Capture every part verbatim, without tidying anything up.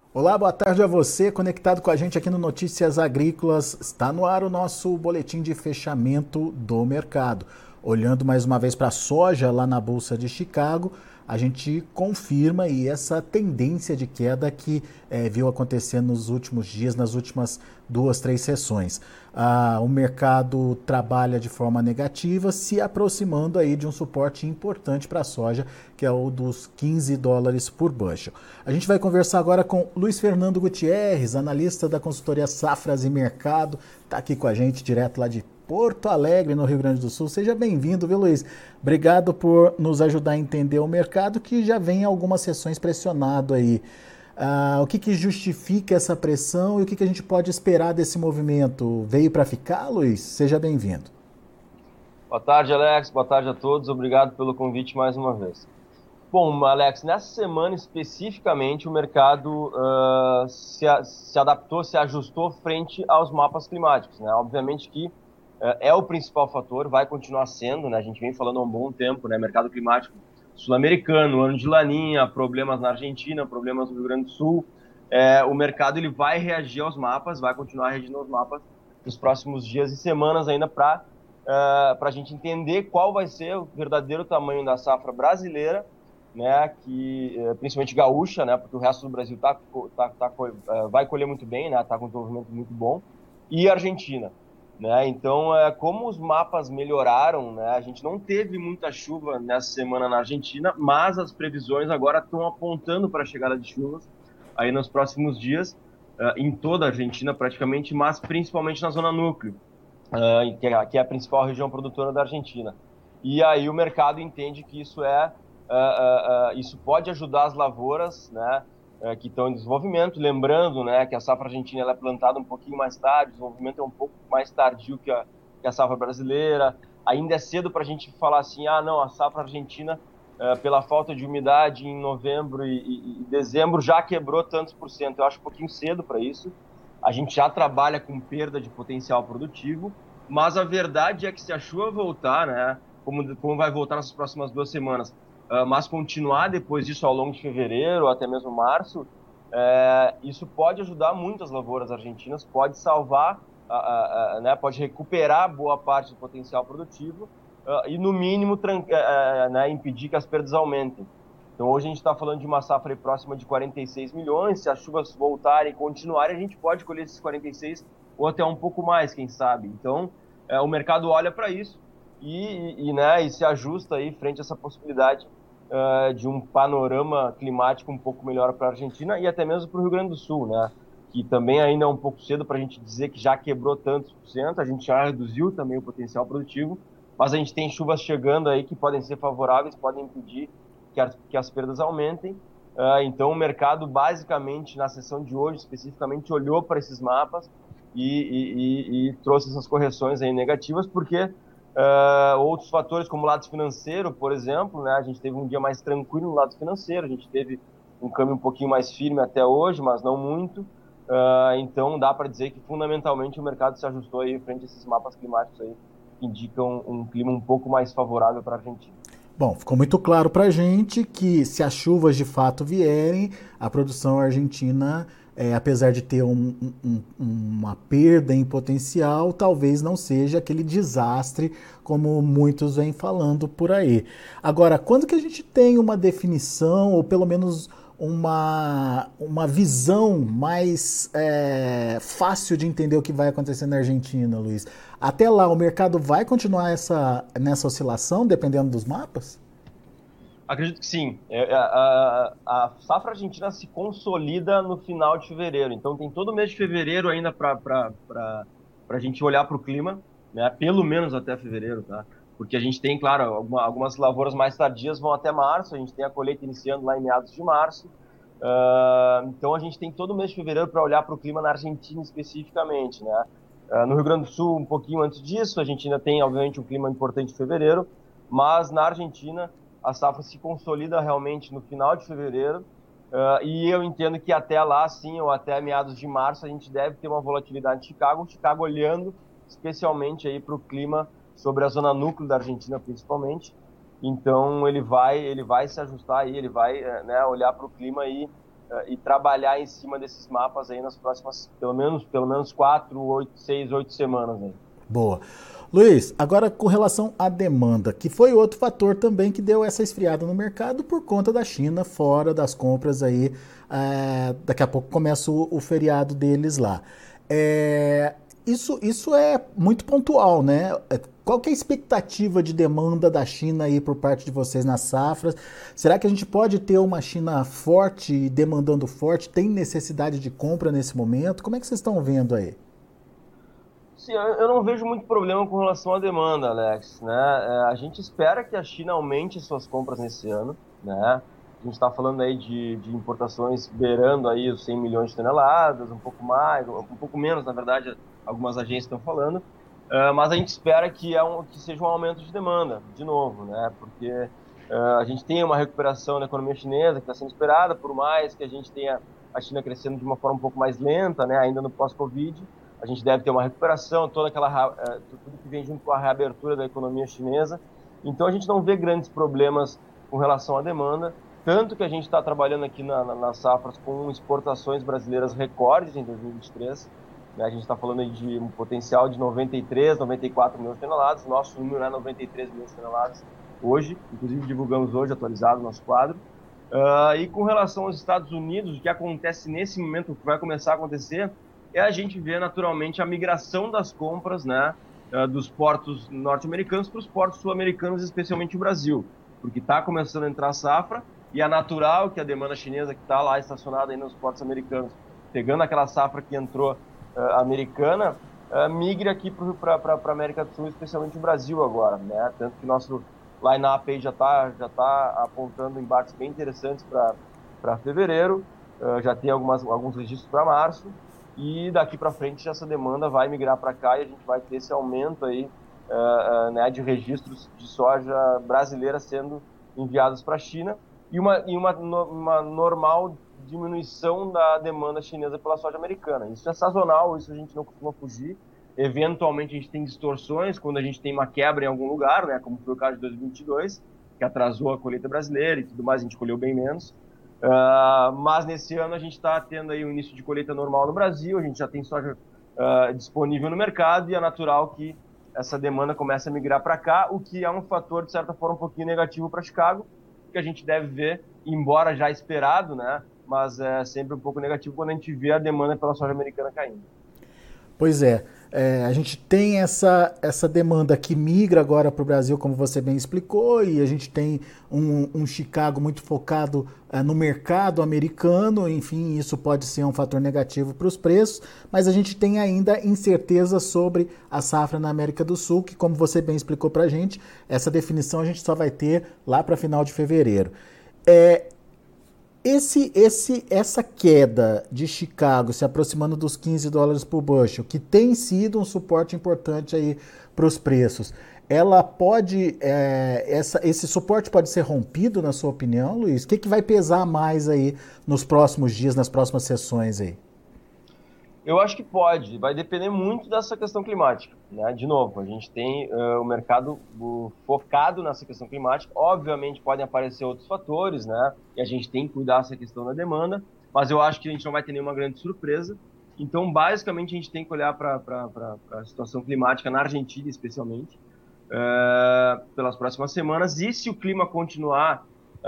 Olá, boa tarde a você, conectado com a gente aqui no Notícias Agrícolas. Está no ar o nosso boletim de fechamento do mercado. Olhando mais uma vez para a soja lá na Bolsa de Chicago, a gente confirma aí essa tendência de queda que eh, viu acontecer nos últimos dias, nas últimas duas, três sessões. Ah, o mercado trabalha de forma negativa, se aproximando aí de um suporte importante para a soja, que é o dos quinze dólares por bushel. A gente vai conversar agora com Luiz Fernando Gutierrez, analista da consultoria Safras e Mercado, está aqui com a gente direto lá de Porto Alegre, no Rio Grande do Sul. Seja bem-vindo, viu, Luiz? Obrigado por nos ajudar a entender o mercado, que já vem algumas sessões pressionado aí. Ah, o que, que justifica essa pressão e o que, que a gente pode esperar desse movimento? Veio para ficar, Luiz? Seja bem-vindo. Boa tarde, Alex. Boa tarde a todos. Obrigado pelo convite mais uma vez. Bom, Alex, nessa semana especificamente o mercado uh, se, a, se adaptou, se ajustou frente aos mapas climáticos, né? Obviamente que uh, é o principal fator, vai continuar sendo, né? A gente vem falando há um bom tempo, né? Mercado climático sul-americano, ano de Laninha, problemas na Argentina, problemas no Rio Grande do Sul. É, o mercado ele vai reagir aos mapas, vai continuar reagindo aos mapas nos próximos dias e semanas ainda para uh, para a gente entender qual vai ser o verdadeiro tamanho da safra brasileira, né, que principalmente gaúcha, né, porque o resto do Brasil tá, tá, tá, vai colher muito bem, né, tá com um desenvolvimento muito bom, e Argentina, né, então é, como os mapas melhoraram, né, a gente não teve muita chuva nessa semana na Argentina, mas as previsões agora estão apontando para a chegada de chuvas aí nos próximos dias, uh, em toda a Argentina praticamente, mas principalmente na zona núcleo, uh, que, é, que é a principal região produtora da Argentina, e aí o mercado entende que isso é Uh, uh, uh, isso pode ajudar as lavouras, né, uh, que estão em desenvolvimento, lembrando, né, que a safra argentina ela é plantada um pouquinho mais tarde, o desenvolvimento é um pouco mais tardio que a, que a safra brasileira, ainda é cedo para a gente falar assim, ah não, a safra argentina, uh, pela falta de umidade em novembro e, e, e dezembro já quebrou tantos por cento, eu acho um pouquinho cedo para isso, a gente já trabalha com perda de potencial produtivo, mas a verdade é que se a chuva voltar, né, como, como vai voltar nas próximas duas semanas, Uh, mas continuar depois disso ao longo de fevereiro, até mesmo março, é, isso pode ajudar muito as lavouras argentinas, pode salvar, uh, uh, uh, né, pode recuperar boa parte do potencial produtivo uh, e, no mínimo, uh, né, impedir que as perdas aumentem. Então, hoje a gente está falando de uma safra próxima de quarenta e seis milhões, se as chuvas voltarem e continuarem, a gente pode colher esses quarenta e seis ou até um pouco mais, quem sabe. Então, é, o mercado olha para isso e, e, né, e se ajusta aí frente a essa possibilidade Uh, de um panorama climático um pouco melhor para a Argentina e até mesmo para o Rio Grande do Sul, né? Que também ainda é um pouco cedo para a gente dizer que já quebrou tantos por cento, a gente já reduziu também o potencial produtivo, mas a gente tem chuvas chegando aí que podem ser favoráveis, podem impedir que, a, que as perdas aumentem. Uh, então o mercado basicamente na sessão de hoje especificamente olhou para esses mapas e, e, e, e trouxe essas correções aí negativas, porque Uh, outros fatores como o lado financeiro, por exemplo, né, a gente teve um dia mais tranquilo no lado financeiro, a gente teve um câmbio um pouquinho mais firme até hoje, mas não muito, uh, então dá para dizer que fundamentalmente o mercado se ajustou aí frente a esses mapas climáticos aí, que indicam um clima um pouco mais favorável para a Argentina. Bom, ficou muito claro para a gente que se as chuvas de fato vierem, a produção argentina, é, apesar de ter um, um, uma perda em potencial, talvez não seja aquele desastre como muitos vêm falando por aí. Agora, quando que a gente tem uma definição, ou pelo menos uma, uma visão mais é, fácil de entender o que vai acontecer na Argentina, Luiz? Até lá, o mercado vai continuar essa, nessa oscilação, dependendo dos mapas? Acredito que sim. É, a, a, a safra argentina se consolida no final de fevereiro. Então tem todo o mês de fevereiro ainda para a gente olhar para o clima, né? Pelo menos até fevereiro, tá? Porque a gente tem, claro, alguma, algumas lavouras mais tardias vão até março, a gente tem a colheita iniciando lá em meados de março. Uh, então a gente tem todo o mês de fevereiro para olhar para o clima na Argentina especificamente, né? Uh, no Rio Grande do Sul, um pouquinho antes disso, a gente ainda tem, obviamente, um clima importante em fevereiro, mas na Argentina a safra se consolida realmente no final de fevereiro, uh, e eu entendo que até lá, sim, ou até meados de março, a gente deve ter uma volatilidade em Chicago, Chicago olhando especialmente aí para o clima sobre a zona núcleo da Argentina, principalmente. Então ele vai, ele vai se ajustar aí, ele vai, né, olhar para o clima e, e trabalhar em cima desses mapas aí nas próximas, pelo menos, pelo menos quatro, oito, seis, oito semanas aí. Boa. Luiz, agora com relação à demanda, que foi outro fator também que deu essa esfriada no mercado por conta da China fora das compras aí, é, daqui a pouco começa o, o feriado deles lá. É, isso, isso é muito pontual, né? Qual que é a expectativa de demanda da China aí por parte de vocês nas safras? Será que a gente pode ter uma China forte, demandando forte? Tem necessidade de compra nesse momento? Como é que vocês estão vendo aí? Sim, eu não vejo muito problema com relação à demanda, Alex, né? A gente espera que a China aumente suas compras nesse ano, né? A gente está falando aí de, de importações beirando aí os cem milhões de toneladas, um pouco mais, um pouco menos, na verdade, algumas agências estão falando, uh, mas a gente espera que, é um, que seja um aumento de demanda, de novo, né? Porque uh, a gente tem uma recuperação da economia chinesa que está sendo esperada, por mais que a gente tenha a China crescendo de uma forma um pouco mais lenta, né? Ainda no pós-Covid, a gente deve ter uma recuperação, toda aquela, uh, tudo que vem junto com a reabertura da economia chinesa. Então a gente não vê grandes problemas com relação à demanda, tanto que a gente está trabalhando aqui na, na, nas safras com exportações brasileiras recordes em dois mil e vinte e três. Né? A gente está falando aí de um potencial de noventa e três, noventa e quatro milhões de toneladas. Nosso número é noventa e três milhões de toneladas hoje. Inclusive divulgamos hoje, atualizado o nosso quadro. Uh, e com relação aos Estados Unidos, o que acontece nesse momento, o que vai começar a acontecer, é a gente ver naturalmente a migração das compras, né, uh, dos portos norte-americanos para os portos sul-americanos, especialmente o Brasil. Porque está começando a entrar a safra, e é natural que a demanda chinesa que está lá estacionada aí nos portos americanos, pegando aquela safra que entrou uh, americana, uh, migre aqui para a América do Sul, especialmente o Brasil agora, né? Tanto que nosso line-up aí já está já tá apontando embarques bem interessantes para fevereiro, uh, já tem algumas, alguns registros para março, e daqui para frente essa demanda vai migrar para cá e a gente vai ter esse aumento aí, uh, uh, né, de registros de soja brasileira sendo enviados para a China, e uma, e uma, uma normal diminuição da demanda chinesa pela soja americana. Isso é sazonal, isso a gente não costuma fugir. Eventualmente a gente tem distorções quando a gente tem uma quebra em algum lugar, né, como foi o caso de dois mil e vinte e dois, que atrasou a colheita brasileira e tudo mais, a gente colheu bem menos. Uh, mas nesse ano a gente está tendo aí o início de colheita normal no Brasil, a gente já tem soja uh, disponível no mercado e é natural que essa demanda comece a migrar para cá, o que é um fator, de certa forma, um pouquinho negativo para Chicago, que a gente deve ver, embora já esperado, né? Mas é sempre um pouco negativo quando a gente vê a demanda pela soja americana caindo. Pois é, é a gente tem essa, essa demanda que migra agora para o Brasil, como você bem explicou, e a gente tem um, um Chicago muito focado é, no mercado americano, enfim, isso pode ser um fator negativo para os preços, mas a gente tem ainda incerteza sobre a safra na América do Sul, que, como você bem explicou para a gente, essa definição a gente só vai ter lá para final de fevereiro. É, Esse, esse, essa queda de Chicago se aproximando dos quinze dólares por bushel, que tem sido um suporte importante aí para os preços, ela pode, é, essa, esse suporte pode ser rompido, na sua opinião, Luiz? O que, que vai pesar mais aí nos próximos dias, nas próximas sessões aí? Eu acho que pode, vai depender muito dessa questão climática, né? De novo, a gente tem uh, o mercado uh, focado nessa questão climática, obviamente podem aparecer outros fatores, né? E a gente tem que cuidar dessa questão da demanda, mas eu acho que a gente não vai ter nenhuma grande surpresa. Então, basicamente, a gente tem que olhar para a situação climática na Argentina, especialmente, uh, pelas próximas semanas, e se o clima continuar,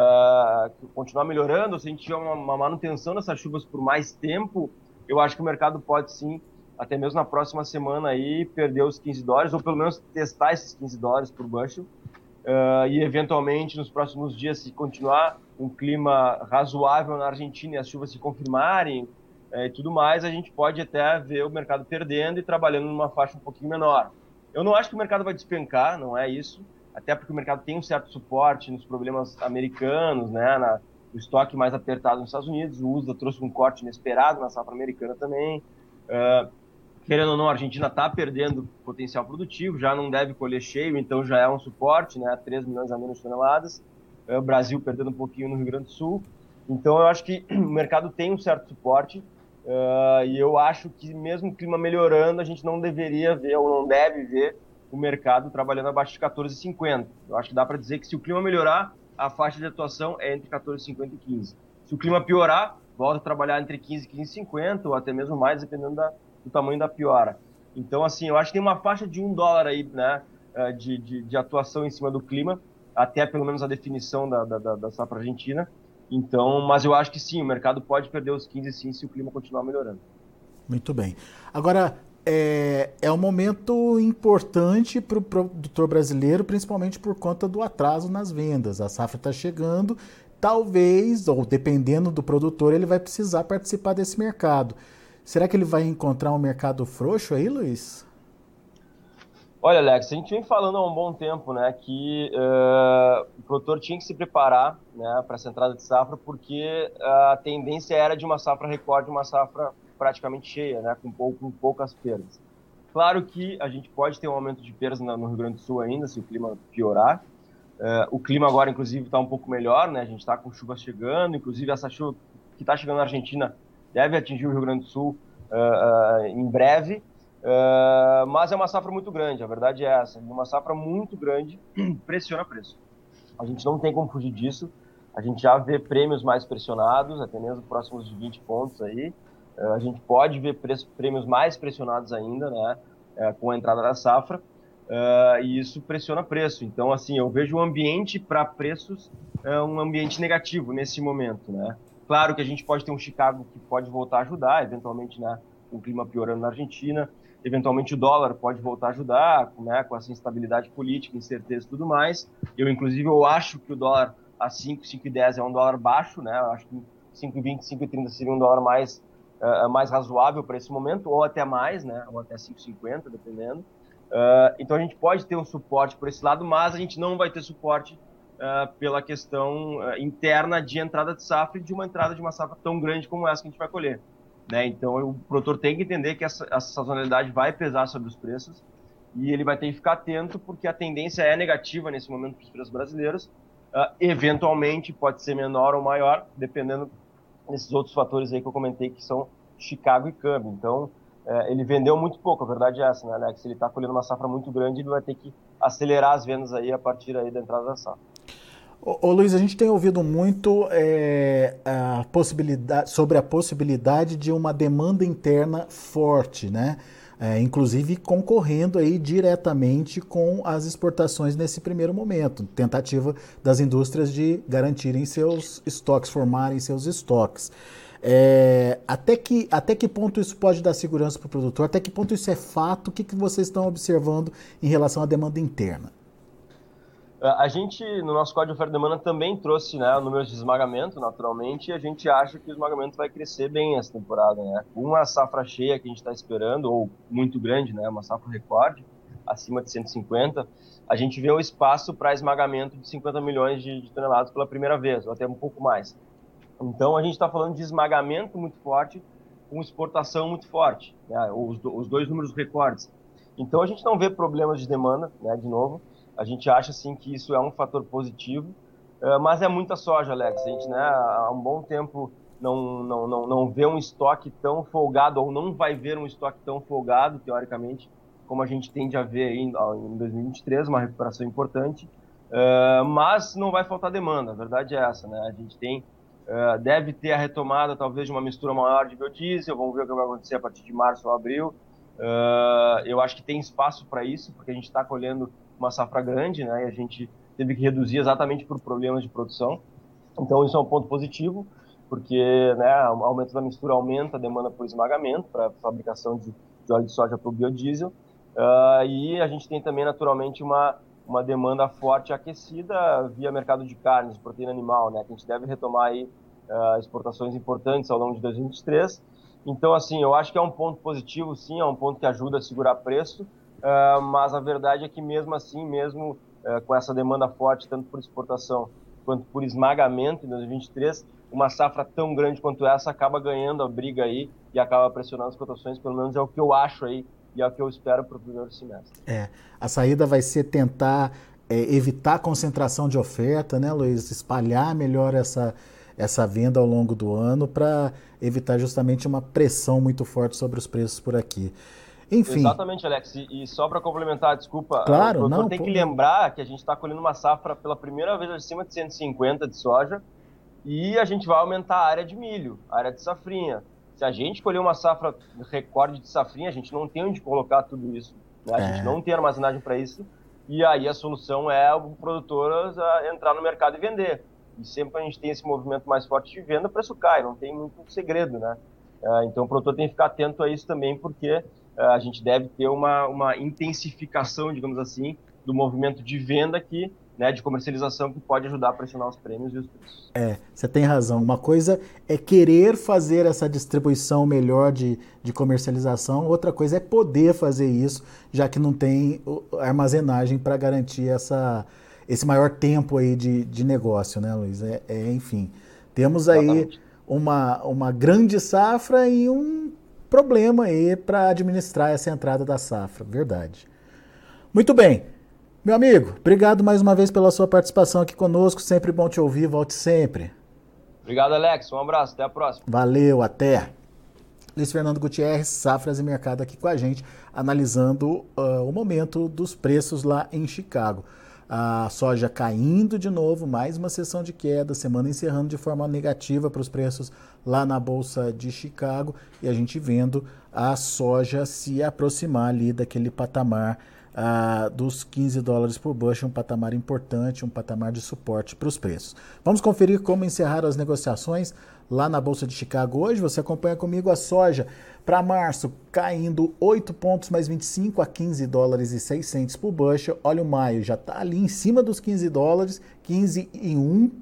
uh, continuar melhorando, se a gente tiver uma, uma manutenção dessas chuvas por mais tempo, eu acho que o mercado pode sim, até mesmo na próxima semana aí, perder os quinze dólares, ou pelo menos testar esses quinze dólares por bushel, uh, e eventualmente nos próximos dias, se continuar um clima razoável na Argentina e as chuvas se confirmarem uh, e tudo mais, a gente pode até ver o mercado perdendo e trabalhando numa faixa um pouquinho menor. Eu não acho que o mercado vai despencar, não é isso, até porque o mercado tem um certo suporte nos problemas americanos, né, na o estoque mais apertado nos Estados Unidos, o U S D A trouxe um corte inesperado na safra americana também. Uh, querendo ou não, a Argentina está perdendo potencial produtivo, já não deve colher cheio, então já é um suporte, né, três milhões a menos de toneladas. Uh, o Brasil perdendo um pouquinho no Rio Grande do Sul. Então eu acho que o mercado tem um certo suporte uh, e eu acho que mesmo o clima melhorando, a gente não deveria ver ou não deve ver o mercado trabalhando abaixo de quatorze e cinquenta. Eu acho que dá para dizer que se o clima melhorar, a faixa de atuação é entre quatorze e cinquenta e quinze. Se o clima piorar, volta a trabalhar entre quinze e quinze e cinquenta, ou até mesmo mais, dependendo da, do tamanho da piora. Então, assim, eu acho que tem uma faixa de um dólar aí, né, de, de, de atuação em cima do clima, até pelo menos a definição da, da, da safra argentina. Então, mas eu acho que sim, o mercado pode perder os quinze sim se o clima continuar melhorando. Muito bem. Agora, é, é um momento importante para o produtor brasileiro, principalmente por conta do atraso nas vendas. A safra está chegando, talvez, ou dependendo do produtor, ele vai precisar participar desse mercado. Será que ele vai encontrar um mercado frouxo aí, Luiz? Olha, Alex, a gente vem falando há um bom tempo, né, que uh, o produtor tinha que se preparar, né, para essa entrada de safra, porque a tendência era de uma safra recorde, uma safra praticamente cheia, né, com, pou, com poucas perdas. Claro que a gente pode ter um aumento de perdas no Rio Grande do Sul ainda, se o clima piorar. Uh, o clima agora, inclusive, está um pouco melhor, né, a gente está com chuva chegando, inclusive essa chuva que está chegando na Argentina deve atingir o Rio Grande do Sul uh, uh, em breve. Uh, mas é uma safra muito grande, a verdade é essa. Uma safra muito grande pressiona preço. A gente não tem como fugir disso. A gente já vê prêmios mais pressionados, até mesmo próximos de vinte pontos aí. Uh, a gente pode ver preço, prêmios mais pressionados ainda, né, uh, com a entrada da safra. Uh, e isso pressiona preço. Então, assim, eu vejo o ambiente para preços uh, um ambiente negativo nesse momento, né. Claro que a gente pode ter um Chicago que pode voltar a ajudar, eventualmente, né, com o clima piorando na Argentina. Eventualmente o dólar pode voltar a ajudar, né, com essa instabilidade política, incerteza e tudo mais. Eu, inclusive, eu acho que o dólar a cinco, cinco e dez é um dólar baixo, né? Eu acho que cinco e vinte, cinco e trinta seria um dólar mais, uh, mais razoável para esse momento, ou até mais, né? Ou até cinco e cinquenta, dependendo. Uh, então a gente pode ter um suporte por esse lado, mas a gente não vai ter suporte uh, pela questão uh, interna de entrada de safra e de uma entrada de uma safra tão grande como essa que a gente vai colher. Né? Então, o produtor tem que entender que essa, essa sazonalidade vai pesar sobre os preços e ele vai ter que ficar atento porque a tendência é negativa nesse momento para os preços brasileiros. Uh, eventualmente, pode ser menor ou maior, dependendo desses outros fatores aí que eu comentei, que são Chicago e câmbio. Então, uh, ele vendeu muito pouco, a verdade é essa, né, Alex? Ele está colhendo uma safra muito grande, ele vai ter que acelerar as vendas aí a partir aí da entrada da safra. Ô, ô Luiz, a gente tem ouvido muito é, a possibilidade, sobre a possibilidade de uma demanda interna forte, né? É, inclusive concorrendo aí diretamente com as exportações nesse primeiro momento, tentativa das indústrias de garantirem seus estoques, formarem seus estoques. É, até, que, até que ponto isso pode dar segurança para o produtor? Até que ponto isso é fato? O que, que vocês estão observando em relação à demanda interna? A gente, no nosso código de oferta e demanda, também trouxe, né, números de esmagamento, naturalmente, e a gente acha que o esmagamento vai crescer bem essa temporada, né? Uma safra cheia que a gente está esperando, ou muito grande, né, uma safra recorde, acima de cento e cinquenta, a gente vê o espaço para esmagamento de cinquenta milhões de, de toneladas pela primeira vez, ou até um pouco mais. Então, a gente está falando de esmagamento muito forte, com exportação muito forte, né, os, os dois números recordes. Então, a gente não vê problemas de demanda, né, de novo. A gente acha, sim, que isso é um fator positivo, uh, mas é muita soja, Alex. A gente, né, há um bom tempo não, não, não, não vê um estoque tão folgado, ou não vai ver um estoque tão folgado, teoricamente, como a gente tende a ver aí em, em dois mil e vinte e três, uma recuperação importante, uh, mas não vai faltar demanda, a verdade é essa, né? A gente tem, uh, deve ter a retomada, talvez, de uma mistura maior de biodiesel, vamos ver o que vai acontecer a partir de março ou abril. Uh, eu acho que tem espaço para isso, porque a gente está colhendo uma safra grande, né, e a gente teve que reduzir exatamente por problemas de produção. Então, isso é um ponto positivo, porque, né, o aumento da mistura aumenta a demanda por esmagamento, para fabricação de, de óleo de soja para o biodiesel, uh, e a gente tem também, naturalmente, uma, uma demanda forte aquecida via mercado de carnes, proteína animal, né, que a gente deve retomar aí, uh, exportações importantes ao longo de dois mil e vinte e três. Então, assim, eu acho que é um ponto positivo, sim, é um ponto que ajuda a segurar preço, Uh, mas a verdade é que mesmo assim, mesmo uh, com essa demanda forte, tanto por exportação quanto por esmagamento em dois mil e vinte e três, uma safra tão grande quanto essa acaba ganhando a briga aí e acaba pressionando as cotações, pelo menos é o que eu acho aí e é o que eu espero para o primeiro semestre. É, a saída vai ser tentar é, evitar a concentração de oferta, né, Luiz? Espalhar melhor essa, essa venda ao longo do ano para evitar justamente uma pressão muito forte sobre os preços por aqui. Enfim. Exatamente, Alex. E, e só para complementar, desculpa, claro, o não, tem pô. que lembrar que a gente está colhendo uma safra pela primeira vez acima de cento e cinquenta de soja, e a gente vai aumentar a área de milho, a área de safrinha. Se a gente escolher uma safra recorde de safrinha, a gente não tem onde colocar tudo isso, né? A gente É. não tem armazenagem para isso, e aí a solução é o produtor entrar no mercado e vender. E sempre que a gente tem esse movimento mais forte de venda, o preço cai, não tem muito segredo, né? Então o produtor tem que ficar atento a isso também, porque a gente deve ter uma, uma intensificação, digamos assim, do movimento de venda aqui, né, de comercialização, que pode ajudar a pressionar os prêmios e os preços. É, você tem razão. Uma coisa é querer fazer essa distribuição melhor de, de comercialização, outra coisa é poder fazer isso, já que não tem armazenagem para garantir essa, esse maior tempo aí de, de negócio, né, Luiz? É, é, enfim, temos aí uma, uma grande safra e um problema aí para administrar essa entrada da safra, verdade. Muito bem. Meu amigo, obrigado mais uma vez pela sua participação aqui conosco, sempre bom te ouvir, volte sempre. Obrigado, Alex, um abraço, até a próxima. Valeu, até. Luiz Fernando Gutierrez, Safras e Mercado aqui com a gente, analisando uh, o momento dos preços lá em Chicago. A soja caindo de novo, mais uma sessão de queda, semana encerrando de forma negativa para os preços lá na Bolsa de Chicago, e a gente vendo a soja se aproximar ali daquele patamar Uh, dos quinze dólares por bushel, um patamar importante, um patamar de suporte para os preços. Vamos conferir como encerraram as negociações lá na Bolsa de Chicago hoje. Você acompanha comigo a soja para março caindo oito pontos mais vinte e cinco a quinze dólares e seiscentos por bushel. Olha o maio, já está ali em cima dos quinze dólares, quinze e um,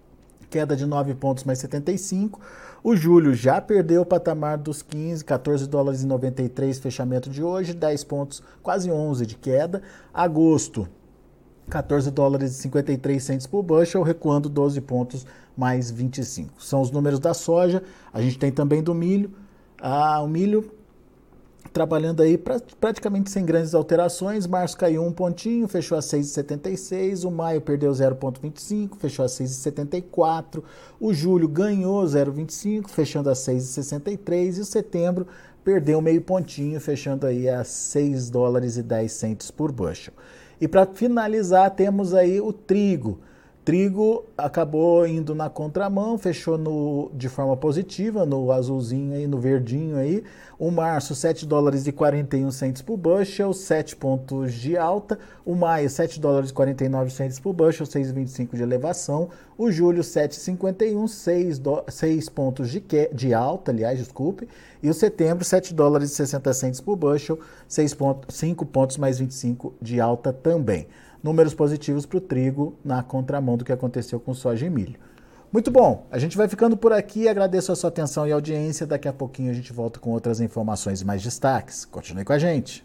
queda de nove pontos mais setenta e cinco. O julho já perdeu o patamar dos quinze, quatorze dólares e noventa e três, fechamento de hoje, dez pontos, quase onze de queda. Agosto, quatorze dólares e cinquenta e três centos por bushel, recuando doze pontos mais vinte e cinco. São os números da soja. A gente tem também do milho. Ah, o milho trabalhando aí pra, praticamente sem grandes alterações. Março caiu um pontinho, fechou a seis vírgula setenta e seis. O maio perdeu zero vírgula vinte e cinco, fechou a seis vírgula setenta e quatro. O julho ganhou zero vírgula vinte e cinco, fechando a seis vírgula sessenta e três. E o setembro perdeu meio pontinho, fechando aí a seis dólares e dez centos por bushel. E para finalizar, temos aí o trigo. Trigo acabou indo na contramão, fechou no, de forma positiva, no azulzinho aí, no verdinho aí. O março, sete dólares e quarenta e um centos por bushel, sete pontos de alta. O maio, sete dólares e quarenta e nove centos por bushel, seis vírgula vinte e cinco de elevação. O julho, sete vírgula cinquenta e um, seis, seis pontos de, que, de alta, aliás, desculpe. E o setembro, sete dólares e sessenta centos por bushel, seis pontos, cinco pontos mais vinte e cinco de alta também. Números positivos para o trigo na contramão do que aconteceu com soja e milho. Muito bom, a gente vai ficando por aqui, agradeço a sua atenção e audiência, daqui a pouquinho a gente volta com outras informações e mais destaques. Continue com a gente.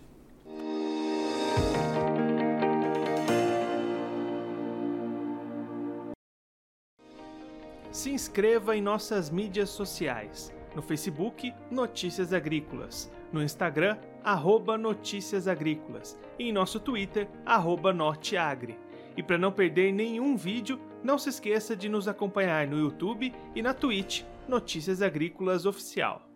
Se inscreva em nossas mídias sociais. No Facebook, Notícias Agrícolas. No Instagram, arroba Notícias Agrícolas. E em nosso Twitter, arroba Norteagri. E para não perder nenhum vídeo, não se esqueça de nos acompanhar no YouTube e na Twitch, Notícias Agrícolas Oficial.